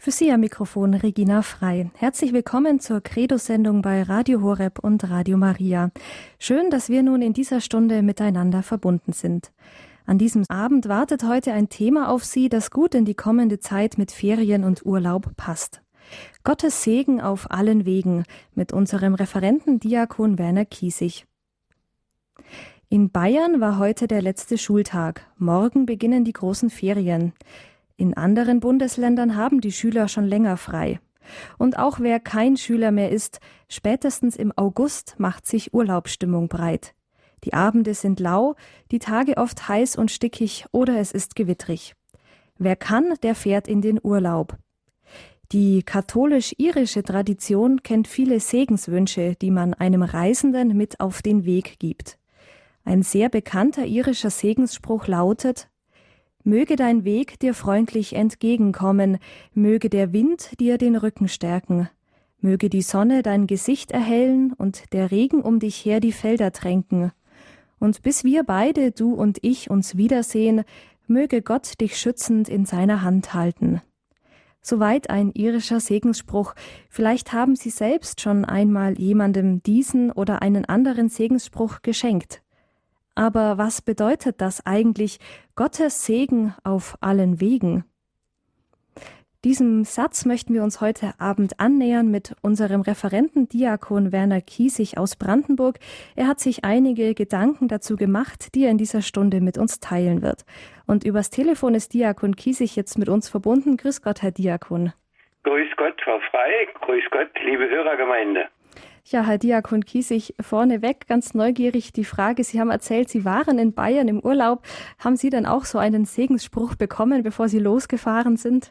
Für Sie am Mikrofon Regina Frei. Herzlich willkommen zur Credo-Sendung bei Radio Horeb und Radio Maria. Schön, dass wir nun in dieser Stunde miteinander verbunden sind. An diesem Abend wartet heute ein Thema auf Sie, das gut in die kommende Zeit mit Ferien und Urlaub passt. Gottes Segen auf allen Wegen mit unserem Referenten Diakon Werner Kiesig. In Bayern war heute der letzte Schultag. Morgen beginnen die großen Ferien. In anderen Bundesländern haben die Schüler schon länger frei. Und auch wer kein Schüler mehr ist, spätestens im August macht sich Urlaubsstimmung breit. Die Abende sind lau, die Tage oft heiß und stickig oder es ist gewittrig. Wer kann, der fährt in den Urlaub. Die katholisch-irische Tradition kennt viele Segenswünsche, die man einem Reisenden mit auf den Weg gibt. Ein sehr bekannter irischer Segensspruch lautet: Möge dein Weg dir freundlich entgegenkommen, möge der Wind dir den Rücken stärken, möge die Sonne dein Gesicht erhellen und der Regen um dich her die Felder tränken. Und bis wir beide, du und ich, uns wiedersehen, möge Gott dich schützend in seiner Hand halten. Soweit ein irischer Segensspruch. Vielleicht haben Sie selbst schon einmal jemandem diesen oder einen anderen Segensspruch geschenkt. Aber was bedeutet das eigentlich, Gottes Segen auf allen Wegen? Diesem Satz möchten wir uns heute Abend annähern mit unserem Referenten Diakon Werner Kiesig aus Brandenburg. Er hat sich einige Gedanken dazu gemacht, die er in dieser Stunde mit uns teilen wird. Und übers Telefon ist Diakon Kiesig jetzt mit uns verbunden. Grüß Gott, Herr Diakon. Grüß Gott, Frau Frei. Grüß Gott, liebe Hörergemeinde. Ja, Herr Diakon Kiesig, vorneweg ganz neugierig die Frage, Sie haben erzählt, Sie waren in Bayern im Urlaub. Haben Sie dann auch so einen Segensspruch bekommen, bevor Sie losgefahren sind?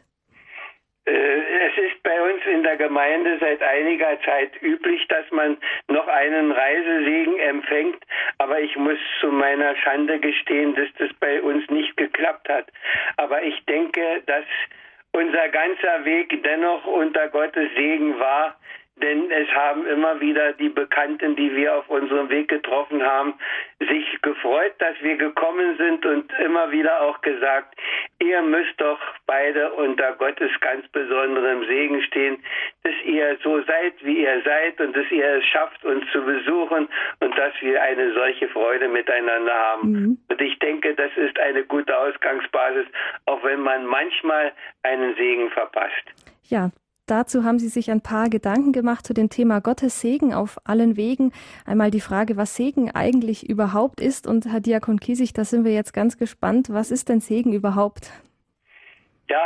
Es ist bei uns in der Gemeinde seit einiger Zeit üblich, dass man noch einen Reisesegen empfängt, aber ich muss zu meiner Schande gestehen, dass das bei uns nicht geklappt hat. Aber ich denke, dass unser ganzer Weg dennoch unter Gottes Segen war, denn es haben immer wieder die Bekannten, die wir auf unserem Weg getroffen haben, sich gefreut, dass wir gekommen sind und immer wieder auch gesagt, ihr müsst doch beide unter Gottes ganz besonderem Segen stehen, dass ihr so seid, wie ihr seid und dass ihr es schafft, uns zu besuchen und dass wir eine solche Freude miteinander haben. Mhm. Und ich denke, das ist eine gute Ausgangsbasis, auch wenn man manchmal einen Segen verpasst. Ja. Dazu haben Sie sich ein paar Gedanken gemacht zu dem Thema Gottes Segen auf allen Wegen. Einmal die Frage, was Segen eigentlich überhaupt ist. Und Herr Diakon Kiesig, da sind wir jetzt ganz gespannt. Was ist denn Segen überhaupt? Ja,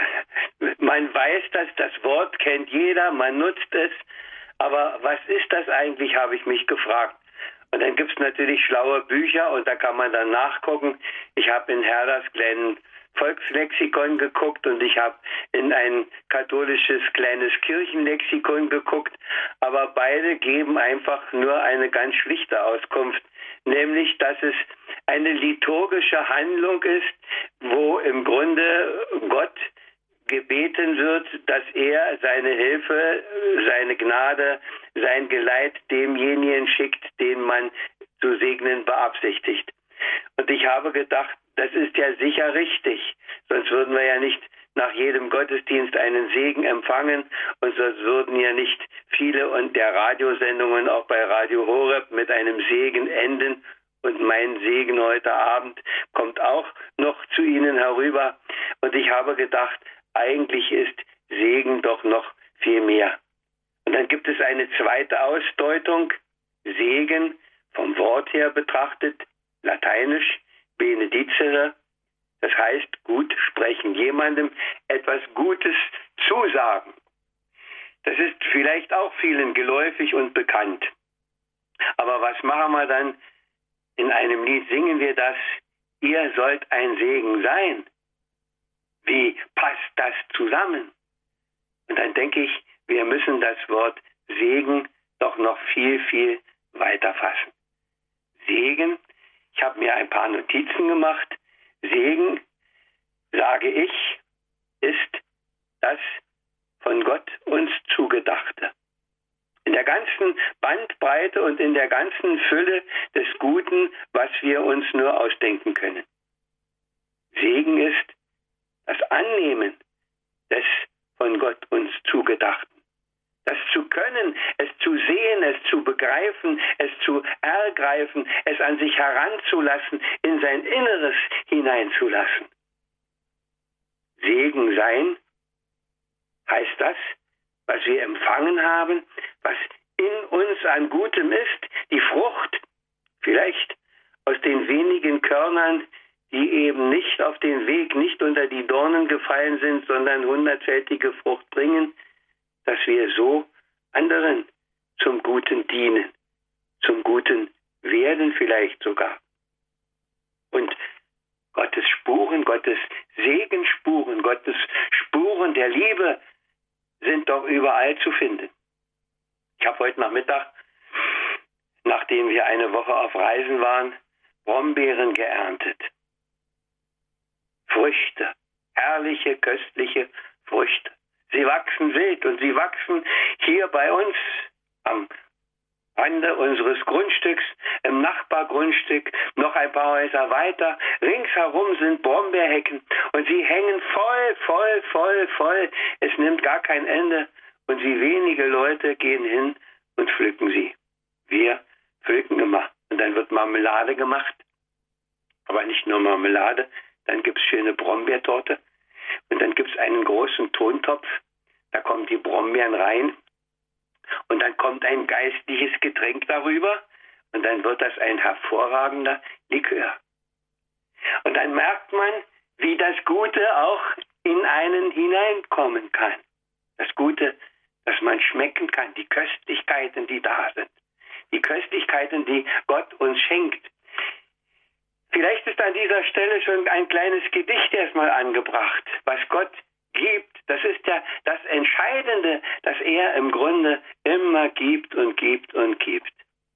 man weiß, dass das Wort kennt jeder, man nutzt es. Aber was ist das eigentlich, habe ich mich gefragt. Und dann gibt es natürlich schlaue Bücher und da kann man dann nachgucken. Ich habe in Herders kleinen Volkslexikon geguckt und ich habe in ein katholisches kleines Kirchenlexikon geguckt, aber beide geben einfach nur eine ganz schlichte Auskunft, nämlich, dass es eine liturgische Handlung ist, wo im Grunde Gott gebeten wird, dass er seine Hilfe, seine Gnade, sein Geleit demjenigen schickt, den man zu segnen beabsichtigt. Und ich habe gedacht, das ist ja sicher richtig, sonst würden wir ja nicht nach jedem Gottesdienst einen Segen empfangen und sonst würden ja nicht viele und der Radiosendungen auch bei Radio Horeb mit einem Segen enden. Und mein Segen heute Abend kommt auch noch zu Ihnen herüber. Und ich habe gedacht, eigentlich ist Segen doch noch viel mehr. Und dann gibt es eine zweite Ausdeutung, Segen, vom Wort her betrachtet, lateinisch, benedicere, das heißt gut sprechen, jemandem etwas Gutes zusagen. Das ist vielleicht auch vielen geläufig und bekannt. Aber was machen wir dann? In einem Lied singen wir das, ihr sollt ein Segen sein. Wie passt das zusammen? Und dann denke ich, wir müssen das Wort Segen doch noch viel, viel weiter fassen. Segen, ich habe mir ein paar Notizen gemacht. Segen, sage ich, ist das von Gott uns Zugedachte. In der ganzen Bandbreite und in der ganzen Fülle des Guten, was wir uns nur ausdenken können. Segen ist das Annehmen des von Gott uns zugedachten. Das zu können, es zu sehen, es zu begreifen, es zu ergreifen, es an sich heranzulassen, in sein Inneres hineinzulassen. Segen sein heißt das, was wir empfangen haben, was in uns an Gutem ist, die Frucht, vielleicht aus den wenigen Körnern, die eben nicht auf den Weg, nicht unter die Dornen gefallen sind, sondern 100-fältige Frucht bringen, dass wir so anderen zum Guten dienen, zum Guten werden vielleicht sogar. Und Gottes Spuren, Gottes Segensspuren, Gottes Spuren der Liebe sind doch überall zu finden. Ich habe heute Nachmittag, nachdem wir eine Woche auf Reisen waren, Brombeeren geerntet. Früchte, herrliche, köstliche Früchte. Sie wachsen wild und sie wachsen hier bei uns am Rande unseres Grundstücks, im Nachbargrundstück, noch ein paar Häuser weiter. Ringsherum sind Brombeerhecken und sie hängen voll. Es nimmt gar kein Ende und wie wenige Leute gehen hin und pflücken sie. Wir pflücken immer und dann wird Marmelade gemacht, aber nicht nur Marmelade, dann gibt's schöne Brombeertorte und dann gibt's einen großen Tontopf, da kommen die Brombeeren rein. Und dann kommt ein geistliches Getränk darüber und dann wird das ein hervorragender Likör. Und dann merkt man, wie das Gute auch in einen hineinkommen kann. Das Gute, das man schmecken kann, die Köstlichkeiten, die da sind. Die Köstlichkeiten, die Gott uns schenkt. Vielleicht ist an dieser Stelle schon ein kleines Gedicht erstmal angebracht, was Gott gibt. Das ist ja das Entscheidende, dass er im Grunde immer gibt und gibt und gibt.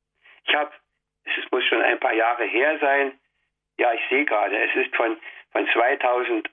Es muss schon ein paar Jahre her sein. Ja, ich sehe gerade, es ist von 2008.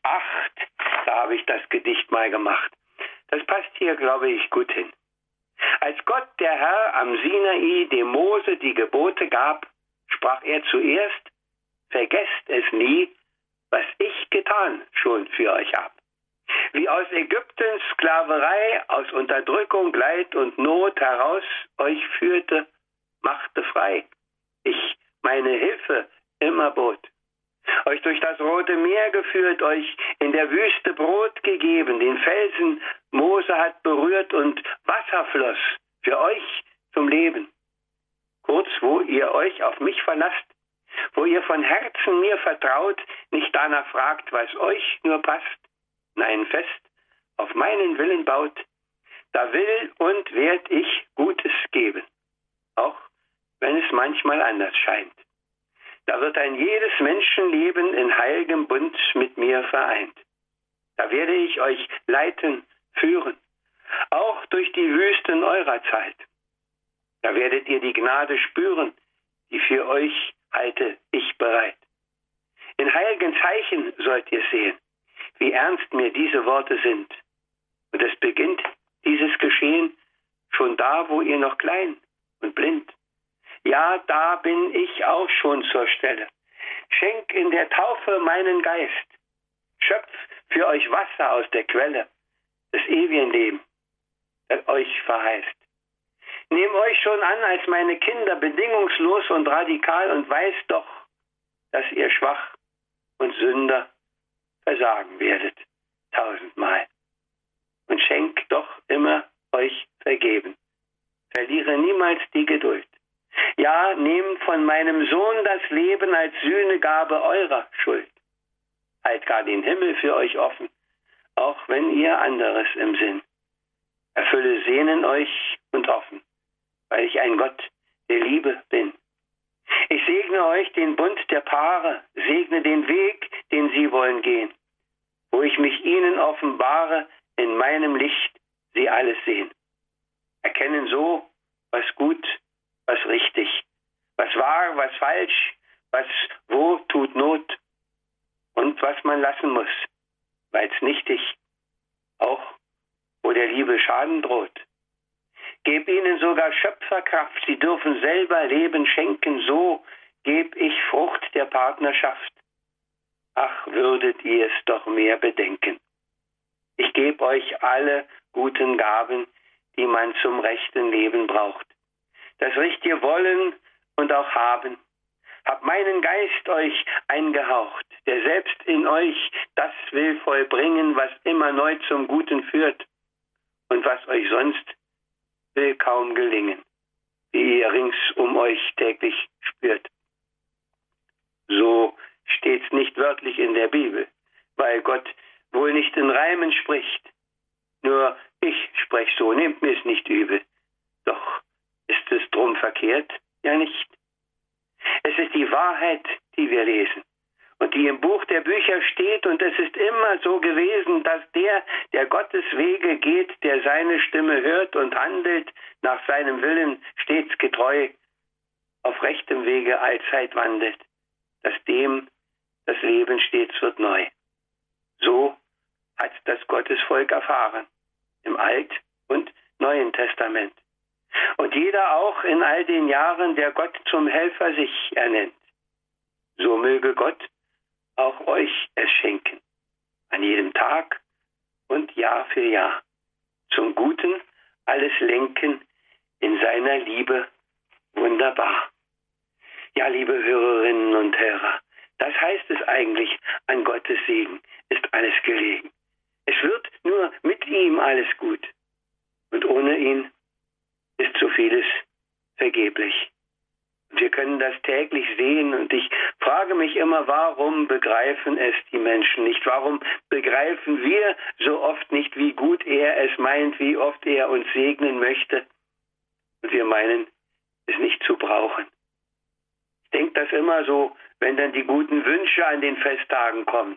Da habe ich das Gedicht mal gemacht. Das passt hier, glaube ich, gut hin. Als Gott, der Herr, am Sinai dem Mose die Gebote gab, sprach er zuerst: Vergesst es nie, was ich getan schon für euch hab. Wie aus Ägyptens Sklaverei, aus Unterdrückung, Leid und Not heraus euch führte, machte frei. Ich meine Hilfe immer bot. Euch durch das Rote Meer geführt, euch in der Wüste Brot gegeben, den Felsen Mose hat berührt und Wasser floss für euch zum Leben. Kurz, wo ihr euch auf mich verlasst, wo ihr von Herzen mir vertraut, nicht danach fragt, was euch nur passt, nein, fest auf meinen Willen baut, da will und werd ich Gutes geben, auch wenn es manchmal anders scheint. Da wird ein jedes Menschenleben in heiligem Bund mit mir vereint. Da werde ich euch leiten, führen, auch durch die Wüsten eurer Zeit. Da werdet ihr die Gnade spüren, die für euch halte ich bereit. In heiligen Zeichen sollt ihr sehen, wie ernst mir diese Worte sind. Und es beginnt dieses Geschehen schon da, wo ihr noch klein und blind. Ja, da bin ich auch schon zur Stelle. Schenk in der Taufe meinen Geist. Schöpf für euch Wasser aus der Quelle des ewigen Lebens, das euch verheißt. Nehmt euch schon an als meine Kinder, bedingungslos und radikal, und weiß doch, dass ihr schwach und Sünder versagen werdet, 1000-mal. Und schenkt doch immer euch vergeben. Verliere niemals die Geduld. Ja, nehmt von meinem Sohn das Leben als Sühnegabe eurer Schuld. Halt gar den Himmel für euch offen, auch wenn ihr anderes im Sinn. Erfülle Sehnen euch und hoffen, weil ich ein Gott der Liebe bin. Ich segne euch den Bund der Paare, segne den Weg, den sie wollen gehen, wo ich mich ihnen offenbare, in meinem Licht sie alles sehen. Erkennen so, was gut, was richtig, was wahr, was falsch, was wo tut Not und was man lassen muss, weil's nichtig, auch wo der Liebe Schaden droht. Geb ihnen sogar Schöpferkraft, sie dürfen selber Leben schenken, so geb ich Frucht der Partnerschaft. Ach, würdet ihr es doch mehr bedenken. Ich geb euch alle guten Gaben, die man zum rechten Leben braucht. Das richtige Wollen und auch Haben. Hab meinen Geist euch eingehaucht, der selbst in euch das will vollbringen, was immer neu zum Guten führt und was euch sonst will kaum gelingen, wie ihr rings um euch täglich spürt. So steht's nicht wörtlich in der Bibel, weil Gott wohl nicht in Reimen spricht. Nur ich sprech so, nehmt mir's nicht übel. Doch ist es drum verkehrt? Ja nicht. Es ist die Wahrheit, die wir lesen und die im Buch der Bücher steht, und es ist immer so gewesen, dass der Gottes Wege geht, der seine Stimme hört und handelt nach seinem Willen stets getreu, auf rechtem Wege allzeit wandelt, dass dem das Leben stets wird neu. So hat das Gottesvolk erfahren, im Alt- und Neuen Testament. Und jeder auch in all den Jahren, der Gott zum Helfer sich ernennt. So möge Gott auch euch es schenken, an jedem Tag und Jahr für Jahr, zum Guten alles lenken in seiner Liebe wunderbar. Ja, liebe Hörerinnen und Hörer, das heißt es eigentlich, an Gottes Segen ist alles gelegen. Es wird nur mit ihm alles gut und ohne ihn ist so vieles vergeblich. Und wir können das täglich sehen, und ich frage mich immer, warum begreifen es die Menschen nicht? Warum begreifen wir so oft nicht, wie gut er es meint, wie oft er uns segnen möchte? Und wir meinen, es nicht zu brauchen. Ich denke das immer so, wenn dann die guten Wünsche an den Festtagen kommen.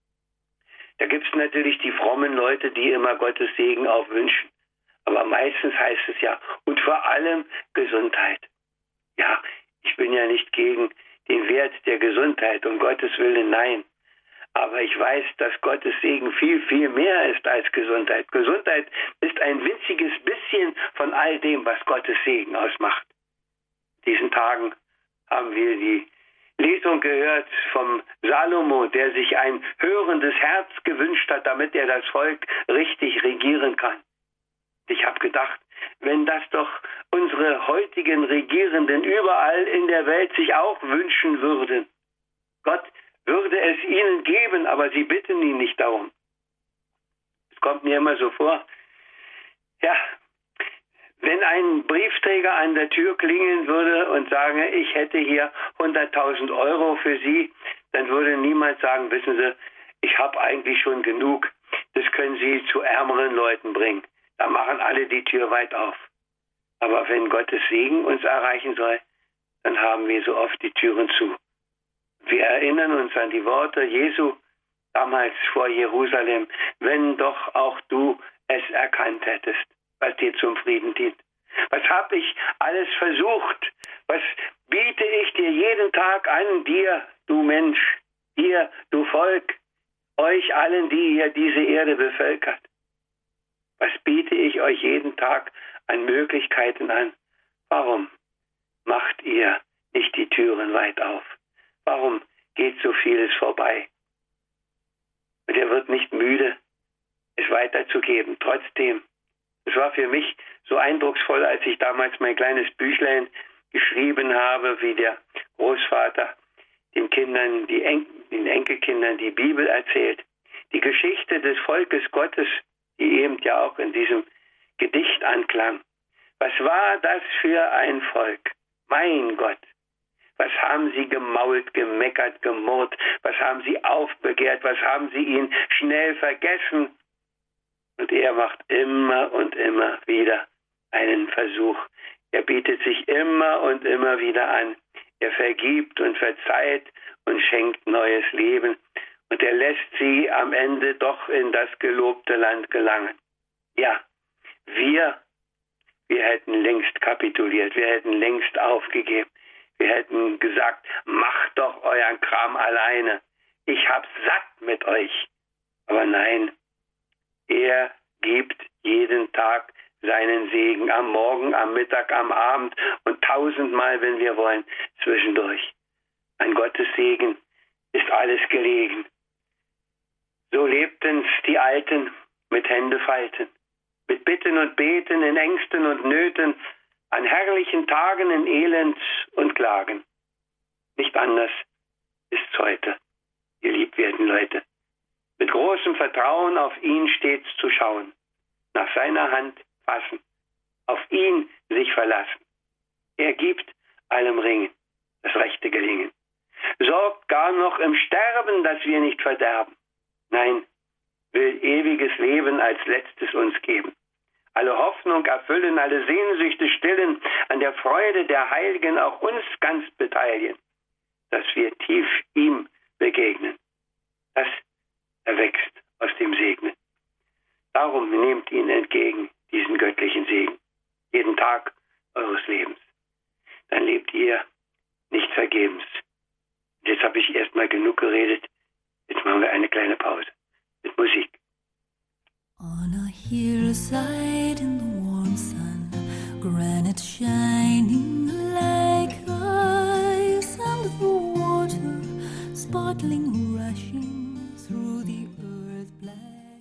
Da gibt es natürlich die frommen Leute, die immer Gottes Segen auch wünschen. Aber meistens heißt es ja, und vor allem Gesundheit. Ja, ich bin ja nicht gegen den Wert der Gesundheit, um Gottes Willen, nein. Aber ich weiß, dass Gottes Segen viel, viel mehr ist als Gesundheit. Gesundheit ist ein winziges bisschen von all dem, was Gottes Segen ausmacht. In diesen Tagen haben wir die Lesung gehört vom Salomo, der sich ein hörendes Herz gewünscht hat, damit er das Volk richtig regieren kann. Ich habe gedacht, wenn das doch unsere heutigen Regierenden überall in der Welt sich auch wünschen würden. Gott würde es ihnen geben, aber sie bitten ihn nicht darum. Es kommt mir immer so vor, ja, wenn ein Briefträger an der Tür klingeln würde und sagen, ich hätte hier 100.000 Euro für Sie, dann würde niemand sagen, wissen Sie, ich habe eigentlich schon genug, das können Sie zu ärmeren Leuten bringen. Da machen alle die Tür weit auf. Aber wenn Gottes Segen uns erreichen soll, dann haben wir so oft die Türen zu. Wir erinnern uns an die Worte Jesu damals vor Jerusalem, wenn doch auch du es erkannt hättest, was dir zum Frieden dient. Was habe ich alles versucht? Was biete ich dir jeden Tag an, dir, du Mensch, dir, du Volk, euch allen, die hier diese Erde bevölkert? Was biete ich euch jeden Tag an Möglichkeiten an? Warum macht ihr nicht die Türen weit auf? Warum geht so vieles vorbei? Und er wird nicht müde, es weiterzugeben. Trotzdem, es war für mich so eindrucksvoll, als ich damals mein kleines Büchlein geschrieben habe, wie der Großvater den Kindern, den Enkelkindern die Bibel erzählt. Die Geschichte des Volkes Gottes, die eben ja auch in diesem Gedicht anklang. Was war das für ein Volk? Mein Gott! Was haben sie gemault, gemeckert, gemurrt? Was haben sie aufbegehrt? Was haben sie ihn schnell vergessen? Und er macht immer und immer wieder einen Versuch. Er bietet sich immer und immer wieder an. Er vergibt und verzeiht und schenkt neues Leben. Und er lässt sie am Ende doch in das gelobte Land gelangen. Ja, wir hätten längst kapituliert. Wir hätten längst aufgegeben. Wir hätten gesagt, macht doch euren Kram alleine. Ich hab's satt mit euch. Aber nein, er gibt jeden Tag seinen Segen am Morgen, am Mittag, am Abend und 1000-mal, wenn wir wollen, zwischendurch. An Gottes Segen ist alles gelegen. So lebten's die Alten mit Händefalten, mit Bitten und Beten, in Ängsten und Nöten, an herrlichen Tagen in Elend und Klagen. Nicht anders ist's heute, ihr liebwerten Leute. Mit großem Vertrauen auf ihn stets zu schauen, nach seiner Hand fassen, auf ihn sich verlassen. Er gibt allem Ringen das rechte Gelingen. Sorgt gar noch im Sterben, dass wir nicht verderben. Nein, will ewiges Leben als letztes uns geben. Alle Hoffnung erfüllen, alle Sehnsüchte stillen, an der Freude der Heiligen auch uns ganz beteiligen, dass wir tief ihm begegnen. Das erwächst aus dem Segnen. Darum nehmt ihn entgegen, diesen göttlichen Segen, jeden Tag eures Lebens. Dann lebt ihr nicht vergebens. Jetzt habe ich erstmal genug geredet. Jetzt machen wir eine kleine Pause mit Musik. On a hillside in the warm sun, granite shining like ice, and the water sparkling, rushing through the earth black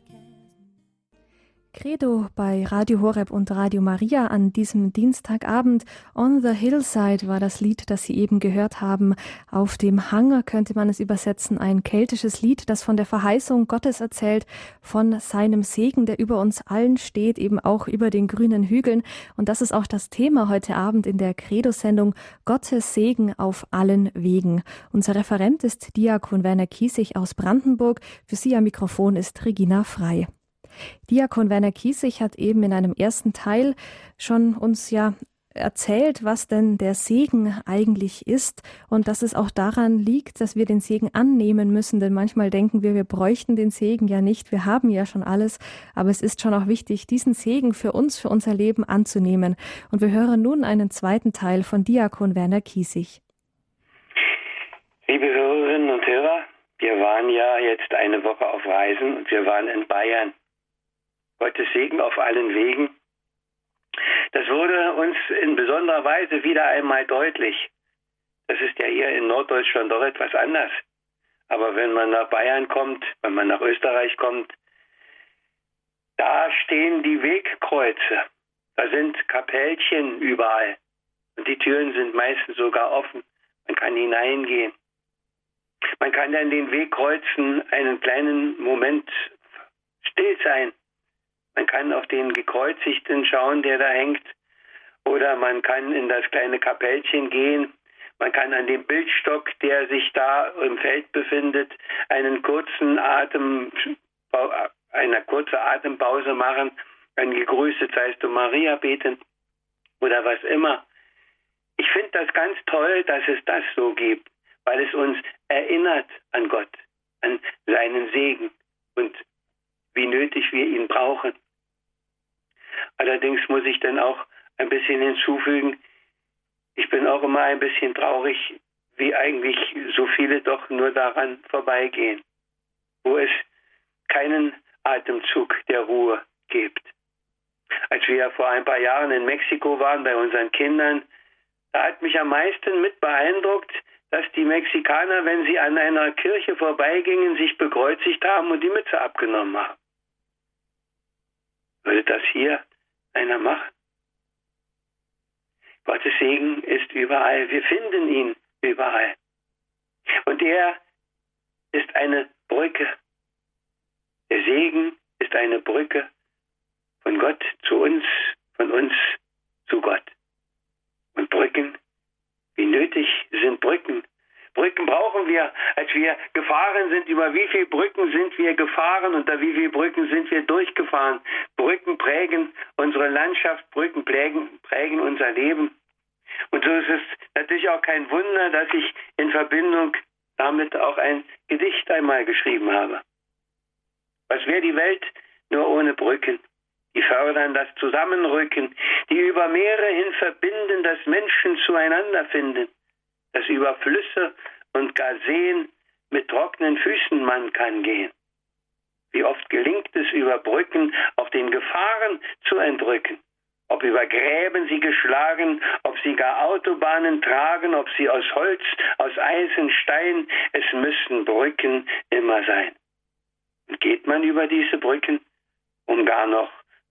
as Credo bei Radio Horeb und Radio Maria an diesem Dienstagabend. On the Hillside war das Lied, das Sie eben gehört haben. Auf dem Hang könnte man es übersetzen, ein keltisches Lied, das von der Verheißung Gottes erzählt, von seinem Segen, der über uns allen steht, eben auch über den grünen Hügeln. Und das ist auch das Thema heute Abend in der Credo-Sendung, Gottes Segen auf allen Wegen. Unser Referent ist Diakon Werner Kiesig aus Brandenburg. Für Sie am Mikrofon ist Regina Frei. Diakon Werner Kiesig hat eben in einem ersten Teil schon uns erzählt, was denn der Segen eigentlich ist und dass es auch daran liegt, dass wir den Segen annehmen müssen, denn manchmal denken wir bräuchten den Segen ja nicht, wir haben ja schon alles, aber es ist schon auch wichtig, diesen Segen für uns, für unser Leben anzunehmen. Und wir hören nun einen zweiten Teil von Diakon Werner Kiesig. Liebe Hörerinnen und Hörer, wir waren ja jetzt eine Woche auf Reisen und wir waren in Bayern. Gottes Segen auf allen Wegen. Das wurde uns in besonderer Weise wieder einmal deutlich. Das ist ja hier in Norddeutschland doch etwas anders. Aber wenn man nach Bayern kommt, wenn man nach Österreich kommt, da stehen die Wegkreuze. Da sind Kapellchen überall. Und die Türen sind meistens sogar offen. Man kann hineingehen. Man kann an den Wegkreuzen einen kleinen Moment still sein. Man kann auf den Gekreuzigten schauen, der da hängt. Oder man kann in das kleine Kapellchen gehen. Man kann an dem Bildstock, der sich da im Feld befindet, eine kurze Atempause machen. Ein Gegrüßet seist du Maria beten. Oder was immer. Ich finde das ganz toll, dass es das so gibt. Weil es uns erinnert an Gott, an seinen Segen und wie nötig wir ihn brauchen. Allerdings muss ich dann auch ein bisschen hinzufügen, ich bin auch immer ein bisschen traurig, wie eigentlich so viele doch nur daran vorbeigehen, wo es keinen Atemzug der Ruhe gibt. Als wir vor ein paar Jahren in Mexiko waren bei unseren Kindern, da hat mich am meisten mit beeindruckt, dass die Mexikaner, wenn sie an einer Kirche vorbeigingen, sich bekreuzigt haben und die Mütze abgenommen haben. Würde das hier einer machen? Gottes Segen ist überall. Wir finden ihn überall. Und er ist eine Brücke. Der Segen ist eine Brücke von Gott zu uns, von uns zu Gott. Und Brücken, wie nötig sind Brücken? Brücken brauchen wir, als wir gefahren sind. Über wie viele Brücken sind wir gefahren? Unter wie viele Brücken sind wir durchgefahren? Brücken prägen unsere Landschaft, Brücken prägen unser Leben. Und so ist es natürlich auch kein Wunder, dass ich in Verbindung damit auch ein Gedicht einmal geschrieben habe. Was wäre die Welt nur ohne Brücken? Die fördern das Zusammenrücken, die über Meere hin verbinden, dass Menschen zueinander finden, dass über Flüsse und gar Seen mit trockenen Füßen man kann gehen. Wie oft gelingt es, über Brücken auf den Gefahren zu entrücken, ob über Gräben sie geschlagen, ob sie gar Autobahnen tragen, ob sie aus Holz, aus Eisen, Stein, es müssen Brücken immer sein. Und geht man über diese Brücken, um gar noch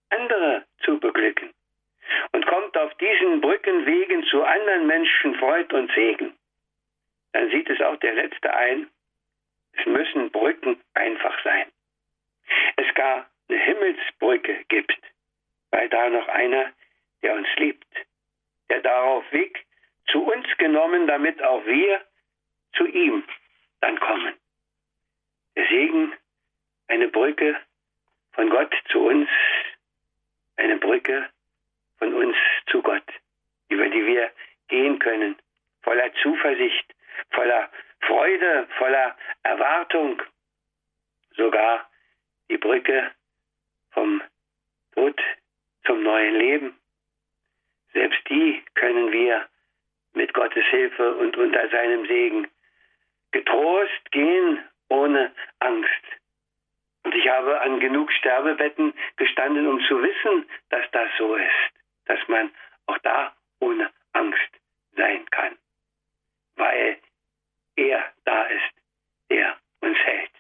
andere zu beglücken und kommt auf diesen Brückenwegen zu anderen Menschen Freud und Segen, dann sieht es auch der Letzte ein, es müssen Brücken einfach sein. Es gar eine Himmelsbrücke gibt, weil da noch einer, der uns liebt, der darauf Weg zu uns genommen, damit auch wir zu ihm dann kommen. Der Segen, eine Brücke von Gott zu uns, eine Brücke von uns zu Gott, über die wir gehen können, voller Zuversicht, voller Freude, voller Erwartung, sogar die Brücke vom Tod zum neuen Leben. Selbst die können wir mit Gottes Hilfe und unter seinem Segen getrost gehen, ohne Angst. Und ich habe an genug Sterbebetten gestanden, um zu wissen, dass das so ist, dass man auch da ohne Angst sein kann, weil er da ist, der uns hält.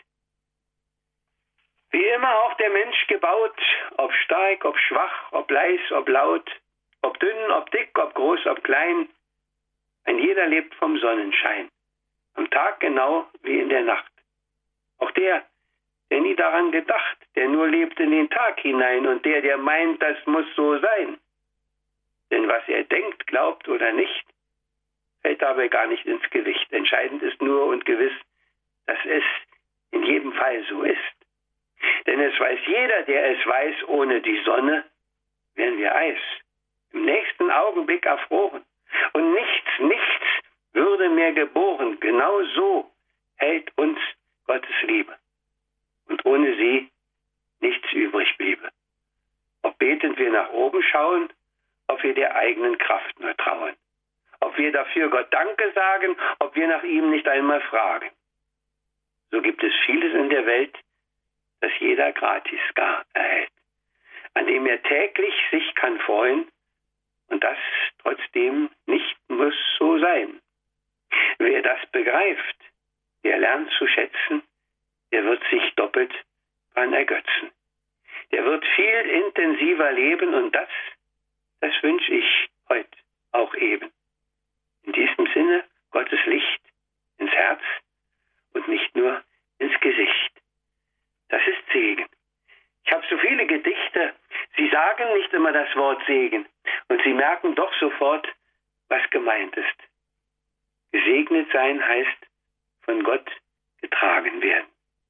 Wie immer auch der Mensch gebaut, ob stark, ob schwach, ob leis, ob laut, ob dünn, ob dick, ob groß, ob klein, ein jeder lebt vom Sonnenschein, am Tag genau wie in der Nacht. Auch der nie daran gedacht, der nur lebt in den Tag hinein und der meint, das muss so sein. Denn was er denkt, glaubt oder nicht, fällt dabei gar nicht ins Gewicht. Entscheidend ist nur und gewiss, dass es in jedem Fall so ist. Denn es weiß jeder, der es weiß, ohne die Sonne wären wir Eis. Im nächsten Augenblick erfroren. Und nichts würde mehr geboren. Genau so hält uns Gottes Liebe. Und ohne sie nichts übrig bliebe. Ob betend wir nach oben schauen, ob wir der eigenen Kraft nur trauen. Ob wir dafür Gott Danke sagen, ob wir nach ihm nicht einmal fragen. So gibt es vieles in der Welt, das jeder gratis gar erhält, an dem er täglich sich kann freuen und das trotzdem nicht muss so sein. Wer das begreift, der lernt zu schätzen, der wird sich doppelt dran ergötzen. Der wird viel intensiver leben und das wünsche ich heute auch eben. In diesem Sinne Gottes Licht ins Herz und nicht nur ins Gesicht. Das ist Segen. Ich habe so viele Gedichte, sie sagen nicht immer das Wort Segen und sie merken doch sofort, was gemeint ist. Gesegnet sein heißt von Gott getragen werden.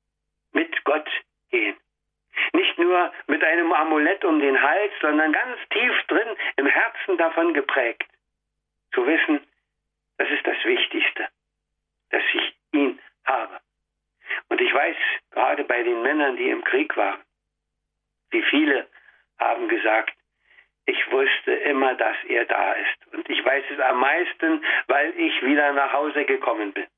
Mit Gott gehen. Nicht nur mit einem Amulett um den Hals, sondern ganz tief drin im Herzen davon geprägt. Zu wissen, das ist das Wichtigste, dass ich ihn habe. Und ich weiß, gerade bei den Männern, die im Krieg waren, wie viele haben gesagt, ich wusste immer, dass er da ist. Und ich weiß es am meisten, weil ich wieder nach Hause gekommen bin.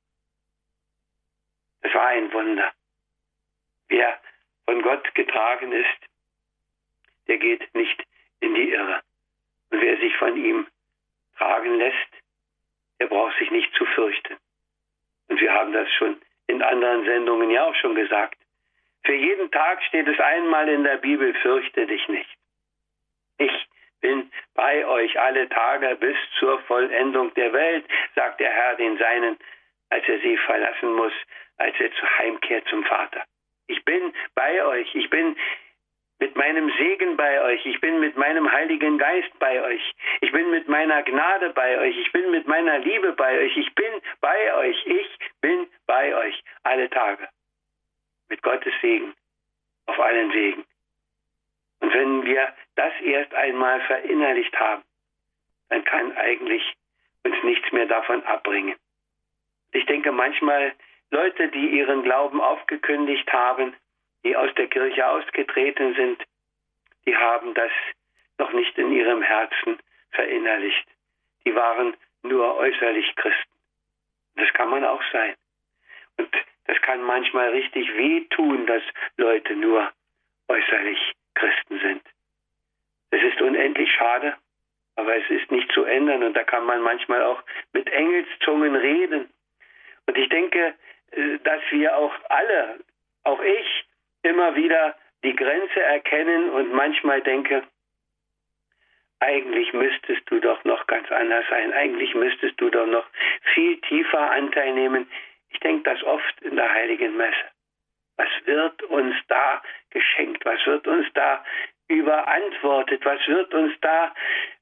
Es war ein Wunder. Wer von Gott getragen ist, der geht nicht in die Irre. Und wer sich von ihm tragen lässt, der braucht sich nicht zu fürchten. Und wir haben das schon in anderen Sendungen ja auch schon gesagt. Für jeden Tag steht es einmal in der Bibel, fürchte dich nicht. Ich bin bei euch alle Tage bis zur Vollendung der Welt, sagt der Herr den Seinen, als er sie verlassen muss, als er zur Heimkehr zum Vater. Ich bin bei euch, ich bin mit meinem Segen bei euch, ich bin mit meinem Heiligen Geist bei euch, ich bin mit meiner Gnade bei euch, ich bin mit meiner Liebe bei euch, ich bin bei euch, ich bin bei euch alle Tage. Mit Gottes Segen auf allen Wegen. Und wenn wir das erst einmal verinnerlicht haben, dann kann eigentlich uns nichts mehr davon abbringen. Ich denke manchmal, Leute, die ihren Glauben aufgekündigt haben, die aus der Kirche ausgetreten sind, die haben das noch nicht in ihrem Herzen verinnerlicht. Die waren nur äußerlich Christen. Das kann man auch sein. Und das kann manchmal richtig wehtun, dass Leute nur äußerlich Christen sind. Es ist unendlich schade, aber es ist nicht zu ändern und da kann man manchmal auch mit Engelszungen reden. Und ich denke, dass wir auch alle, auch ich, immer wieder die Grenze erkennen und manchmal denke, eigentlich müsstest du doch noch ganz anders sein. Eigentlich müsstest du doch noch viel tiefer Anteil nehmen. Ich denke das oft in der Heiligen Messe. Was wird uns da geschenkt? Was wird uns da überantwortet? Was wird uns da,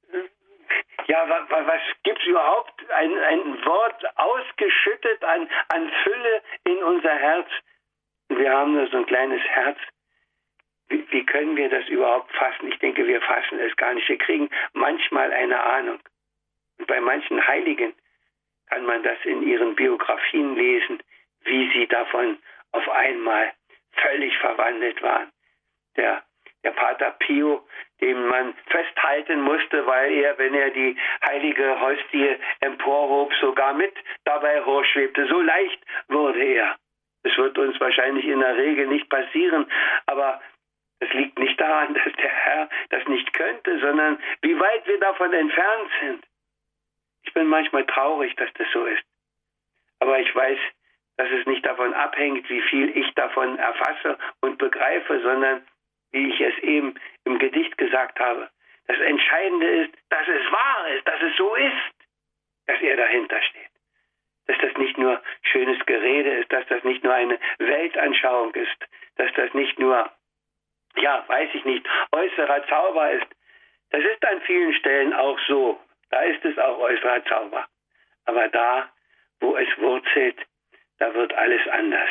was gibt es überhaupt? Ein Wort ausgeschüttet an Fülle in unser Herz. Wir haben nur so ein kleines Herz. Wie können wir das überhaupt fassen? Ich denke, wir fassen es gar nicht. Wir kriegen manchmal eine Ahnung. Und bei manchen Heiligen kann man das in ihren Biografien lesen, wie sie davon auf einmal völlig verwandelt waren. Der Pater Pio, den man festhalten musste, weil er, wenn er die heilige Hostie emporhob, sogar mit dabei hochschwebte. So leicht wurde er. Es wird uns wahrscheinlich in der Regel nicht passieren, aber es liegt nicht daran, dass der Herr das nicht könnte, sondern wie weit wir davon entfernt sind. Ich bin manchmal traurig, dass das so ist. Aber ich weiß, dass es nicht davon abhängt, wie viel ich davon erfasse und begreife, sondern, wie ich es eben im Gedicht gesagt habe, das Entscheidende ist, dass es wahr ist, dass es so ist, dass er dahinter steht. Dass das nicht nur schönes Gerede ist, dass das nicht nur eine Weltanschauung ist, dass das nicht nur äußerer Zauber ist. Das ist an vielen Stellen auch so. Da ist es auch äußerer Zauber. Aber da, wo es wurzelt, da wird alles anders.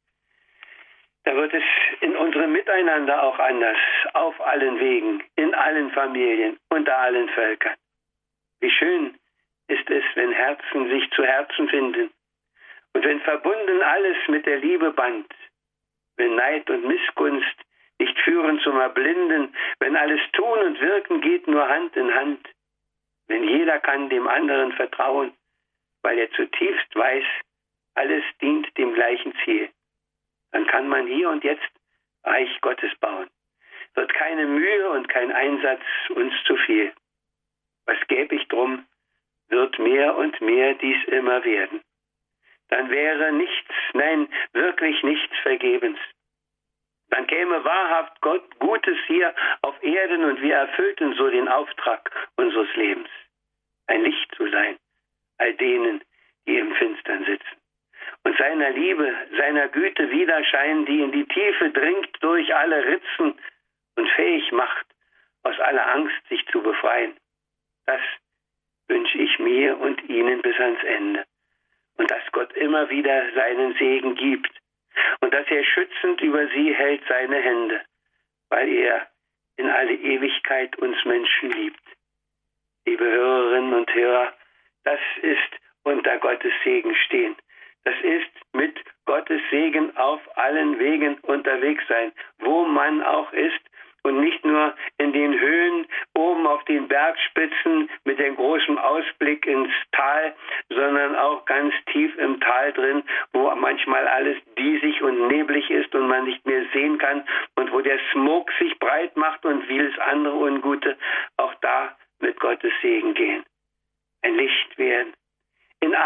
Da wird es in unserem Miteinander auch anders, auf allen Wegen, in allen Familien, unter allen Völkern. Wie schön ist es, wenn Herzen sich zu Herzen finden und wenn verbunden alles mit der Liebe band, wenn Neid und Missgunst nicht führen zum Erblinden, wenn alles Tun und Wirken geht nur Hand in Hand, wenn jeder kann dem anderen vertrauen, weil er zutiefst weiß, alles dient dem gleichen Ziel, dann kann man hier und jetzt Reich Gottes bauen. Wird keine Mühe und kein Einsatz uns zu viel. Was gäbe ich drum, wird mehr und mehr dies immer werden. Dann wäre nichts, nein, wirklich nichts vergebens. Dann käme wahrhaft Gott Gutes hier auf Erden und wir erfüllten so den Auftrag unseres Lebens. Ein Licht zu sein, all denen, die im Finstern sitzen. Und seiner Liebe, seiner Güte widerscheinen, die in die Tiefe dringt durch alle Ritzen und fähig macht, aus aller Angst sich zu befreien. Das wünsche ich mir und Ihnen bis ans Ende. Und dass Gott immer wieder seinen Segen gibt. Und dass er schützend über sie hält seine Hände, weil er in alle Ewigkeit uns Menschen liebt. Liebe Hörerinnen und Hörer, das ist unter Gottes Segen stehen. Das ist mit Gottes Segen auf allen Wegen unterwegs sein, wo man auch ist. Und nicht nur in den Höhen, oben auf den Bergspitzen mit dem großen Ausblick ins Tal, sondern auch ganz tief im Tal drin, wo manchmal alles diesig und neblig ist und man nicht mehr sehen kann und wo der Smog sich breit macht und vieles andere Ungute, auch da mit Gottes Segen gehen. Ein Licht werden. In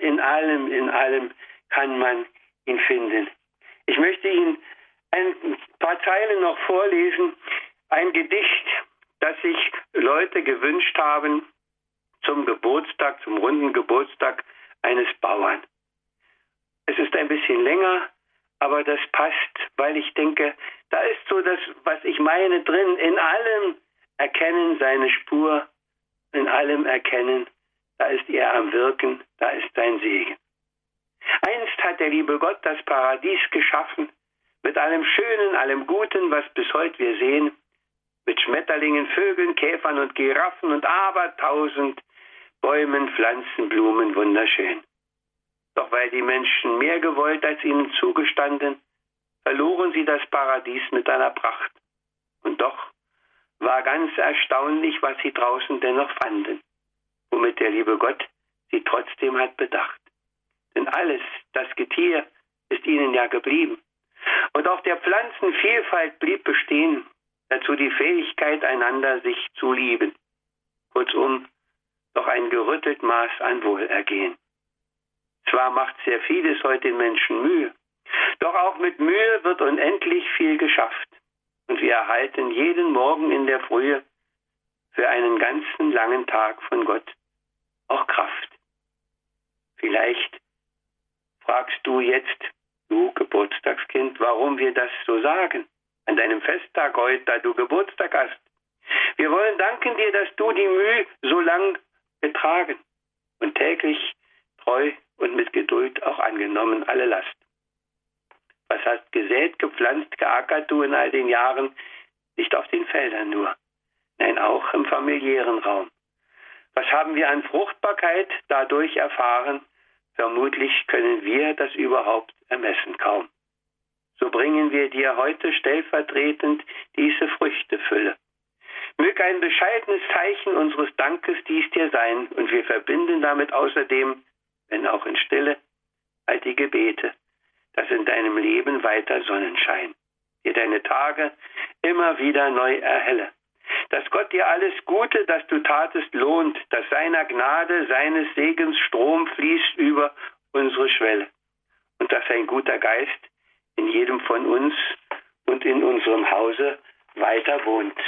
allem kann man ihn finden. Ich möchte Ihnen ein paar Zeilen noch vorlesen, ein Gedicht, das sich Leute gewünscht haben zum Geburtstag, zum runden Geburtstag eines Bauern. Es ist ein bisschen länger, aber das passt, weil ich denke, da ist so das, was ich meine, drin. In allem erkennen seine Spur, in allem erkennen, da ist er am Wirken, da ist sein Segen. Einst hat der liebe Gott das Paradies geschaffen, mit allem Schönen, allem Guten, was bis heute wir sehen, mit Schmetterlingen, Vögeln, Käfern und Giraffen und abertausend Bäumen, Pflanzen, Blumen, wunderschön. Doch weil die Menschen mehr gewollt, als ihnen zugestanden, verloren sie das Paradies mit aller Pracht. Und doch war ganz erstaunlich, was sie draußen dennoch fanden, womit der liebe Gott sie trotzdem hat bedacht. Denn alles, das Getier, ist ihnen ja geblieben. Und auch der Pflanzenvielfalt blieb bestehen, dazu die Fähigkeit, einander sich zu lieben. Kurzum, doch ein gerüttelt Maß an Wohlergehen. Zwar macht sehr vieles heute den Menschen Mühe, doch auch mit Mühe wird unendlich viel geschafft. Und wir erhalten jeden Morgen in der Frühe für einen ganzen langen Tag von Gott auch Kraft. Vielleicht fragst du jetzt, du Geburtstagskind, warum wir das so sagen, an deinem Festtag heute, da du Geburtstag hast. Wir wollen danken dir, dass du die Mühe so lang getragen und täglich treu und mit Geduld auch angenommen alle Last. Was hast gesät, gepflanzt, geackert du in all den Jahren, nicht auf den Feldern nur, nein, auch im familiären Raum. Was haben wir an Fruchtbarkeit dadurch erfahren? Vermutlich können wir das überhaupt ermessen kaum. So bringen wir dir heute stellvertretend diese Früchtefülle. Möge ein bescheidenes Zeichen unseres Dankes dies dir sein, und wir verbinden damit außerdem, wenn auch in Stille, all die Gebete, dass in deinem Leben weiter Sonnenschein dir deine Tage immer wieder neu erhelle. Dass Gott dir alles Gute, das du tatest, lohnt, dass seiner Gnade, seines Segens Strom fließt über unsere Schwelle und dass ein guter Geist in jedem von uns und in unserem Hause weiter wohnt.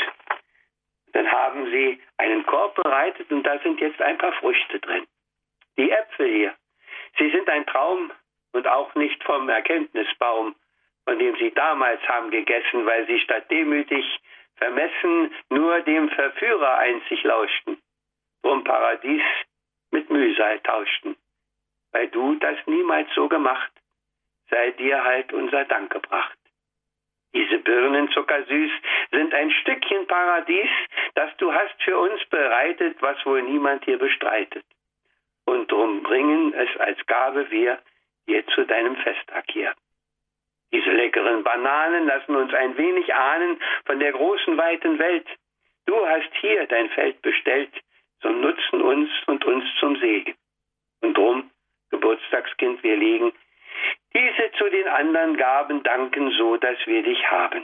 Dann haben sie einen Korb bereitet und da sind jetzt ein paar Früchte drin. Die Äpfel hier, sie sind ein Traum und auch nicht vom Erkenntnisbaum, von dem sie damals haben gegessen, weil sie statt demütig vermessen nur dem Verführer einzig lauschten, drum Paradies mit Mühsal tauschten. Weil du das niemals so gemacht, sei dir halt unser Dank gebracht. Diese Birnen zuckersüß sind ein Stückchen Paradies, das du hast für uns bereitet, was wohl niemand hier bestreitet. Und drum bringen es als Gabe wir dir zu deinem Festtag hier. Diese leckeren Bananen lassen uns ein wenig ahnen von der großen, weiten Welt. Du hast hier dein Feld bestellt, zum Nutzen uns und uns zum Segen. Und drum, Geburtstagskind, wir legen diese zu den anderen Gaben danken, so dass wir dich haben.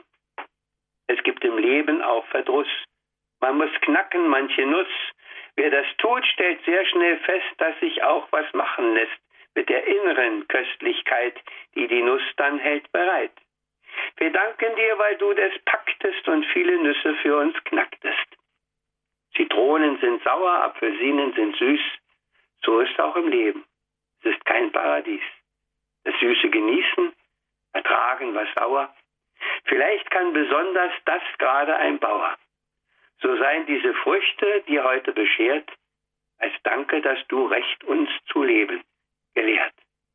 Es gibt im Leben auch Verdruss. Man muss knacken, manche Nuss. Wer das tut, stellt sehr schnell fest, dass sich auch was machen lässt mit der inneren Köstlichkeit, die die Nuss dann hält bereit. Wir danken dir, weil du das packtest und viele Nüsse für uns knacktest. Zitronen sind sauer, Apfelsinen sind süß. So ist auch im Leben. Es ist kein Paradies. Das Süße genießen, ertragen, was sauer. Vielleicht kann besonders das gerade ein Bauer. So seien diese Früchte, die heute beschert, als Danke, dass du recht uns zu leben gelehrt.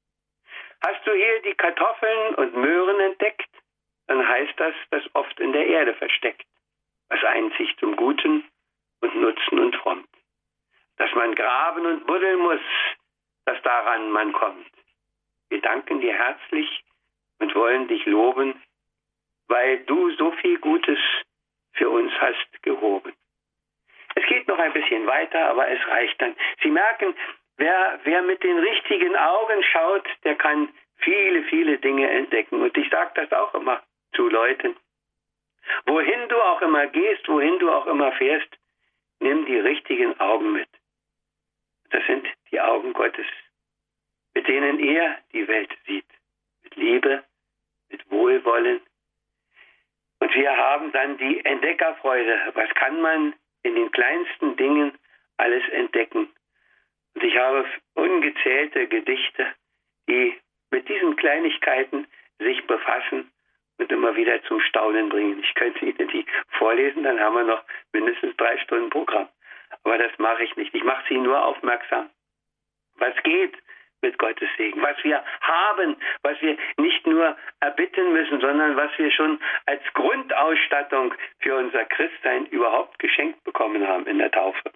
Hast du hier die Kartoffeln und Möhren entdeckt, dann heißt das, dass oft in der Erde versteckt, was einzig zum Guten und Nutzen und frommt. Dass man graben und buddeln muss, dass daran man kommt. Wir danken dir herzlich und wollen dich loben, weil du so viel Gutes für uns hast gehoben. Es geht noch ein bisschen weiter, aber es reicht dann. Sie merken, wer mit den richtigen Augen schaut, der kann viele, viele Dinge entdecken. Und ich sage das auch immer zu Leuten. Wohin du auch immer gehst, wohin du auch immer fährst, nimm die richtigen Augen mit. Das sind die Augen Gottes, mit denen er die Welt sieht. Mit Liebe, mit Wohlwollen. Und wir haben dann die Entdeckerfreude. Was kann man in den kleinsten Dingen alles entdecken? Und ich habe ungezählte Gedichte, die mit diesen Kleinigkeiten sich befassen und immer wieder zum Staunen bringen. Ich könnte Ihnen die vorlesen, dann haben wir noch mindestens 3 Stunden Programm. Aber das mache ich nicht. Ich mache Sie nur aufmerksam. Was geht mit Gottes Segen? Was wir haben, was wir nicht nur erbitten müssen, sondern was wir schon als Grundausstattung für unser Christsein überhaupt geschenkt bekommen haben in der Taufe.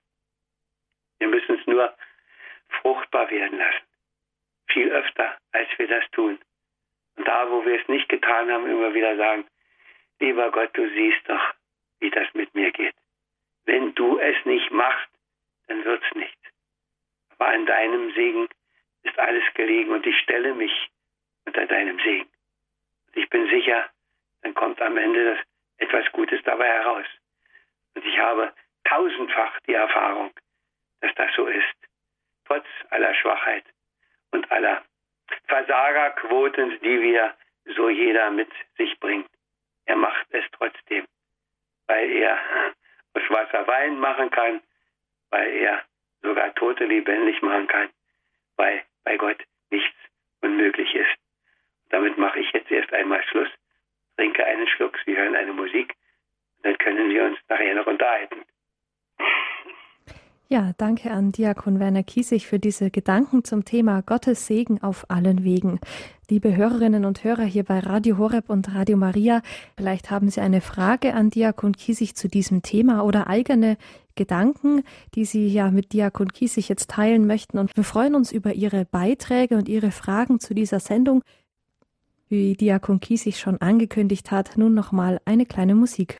Wir müssen es nur fruchtbar werden lassen. Viel öfter, als wir das tun. Und da, wo wir es nicht getan haben, immer wieder sagen, lieber Gott, du siehst doch, wie das mit mir geht. Wenn du es nicht machst, dann wird's nichts. Aber an deinem Segen ist alles gelegen und ich stelle mich unter deinem Segen. Und ich bin sicher, dann kommt am Ende etwas Gutes dabei heraus. Und ich habe 1000-fach die Erfahrung, dass das so ist. Trotz aller Schwachheit und aller Versagerquoten, die wir so jeder mit sich bringt. er macht es trotzdem, weil er aus Wasser Wein machen kann, weil er sogar Tote lebendig machen kann, weil bei Gott nichts unmöglich ist. Damit mache ich jetzt erst einmal Schluss, trinke einen Schluck, Sie hören eine Musik, dann können wir uns nachher noch unterhalten. Ja, danke an Diakon Werner Kiesig für diese Gedanken zum Thema Gottes Segen auf allen Wegen. Liebe Hörerinnen und Hörer hier bei Radio Horeb und Radio Maria, vielleicht haben Sie eine Frage an Diakon Kiesig zu diesem Thema oder eigene Gedanken, die Sie ja mit Diakon Kiesig jetzt teilen möchten. Und wir freuen uns über Ihre Beiträge und Ihre Fragen zu dieser Sendung. Wie Diakon Kiesig schon angekündigt hat, nun nochmal eine kleine Musik.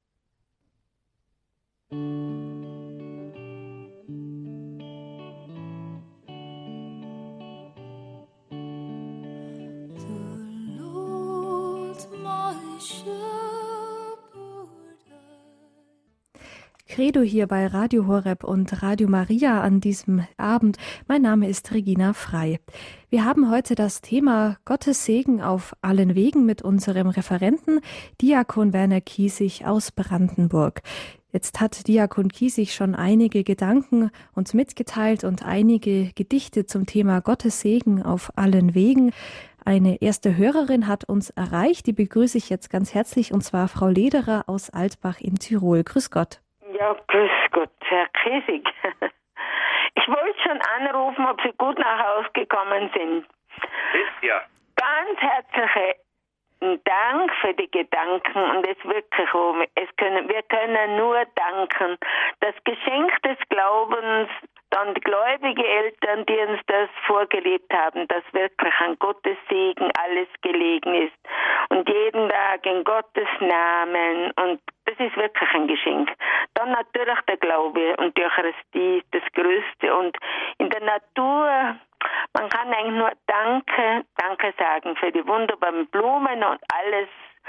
Credo hier bei Radio Horeb und Radio Maria an diesem Abend. Mein Name ist Regina Frei. Wir haben heute das Thema Gottes Segen auf allen Wegen mit unserem Referenten Diakon Werner Kiesig aus Brandenburg. Jetzt hat Diakon Kiesig schon einige Gedanken uns mitgeteilt und einige Gedichte zum Thema Gottes Segen auf allen Wegen. Eine erste Hörerin hat uns erreicht, die begrüße ich jetzt ganz herzlich, und zwar Frau Lederer aus Altbach in Tirol. Grüß Gott. Ja, grüß Gott, Herr Kiesig. Ich wollte schon anrufen, ob Sie gut nach Hause gekommen sind. Ja. Ganz herzlichen Dank für die Gedanken und es wirklich, wir können nur danken. Das Geschenk des Glaubens, dann die gläubige Eltern, die uns das vorgelebt haben, dass wirklich an Gottes Segen alles gelegen ist und jeden Tag in Gottes Namen, und das ist wirklich ein Geschenk. Dann natürlich der Glaube und die Eucharistie ist das Größte, und in der Natur, man kann eigentlich nur Danke sagen für die wunderbaren Blumen und alles,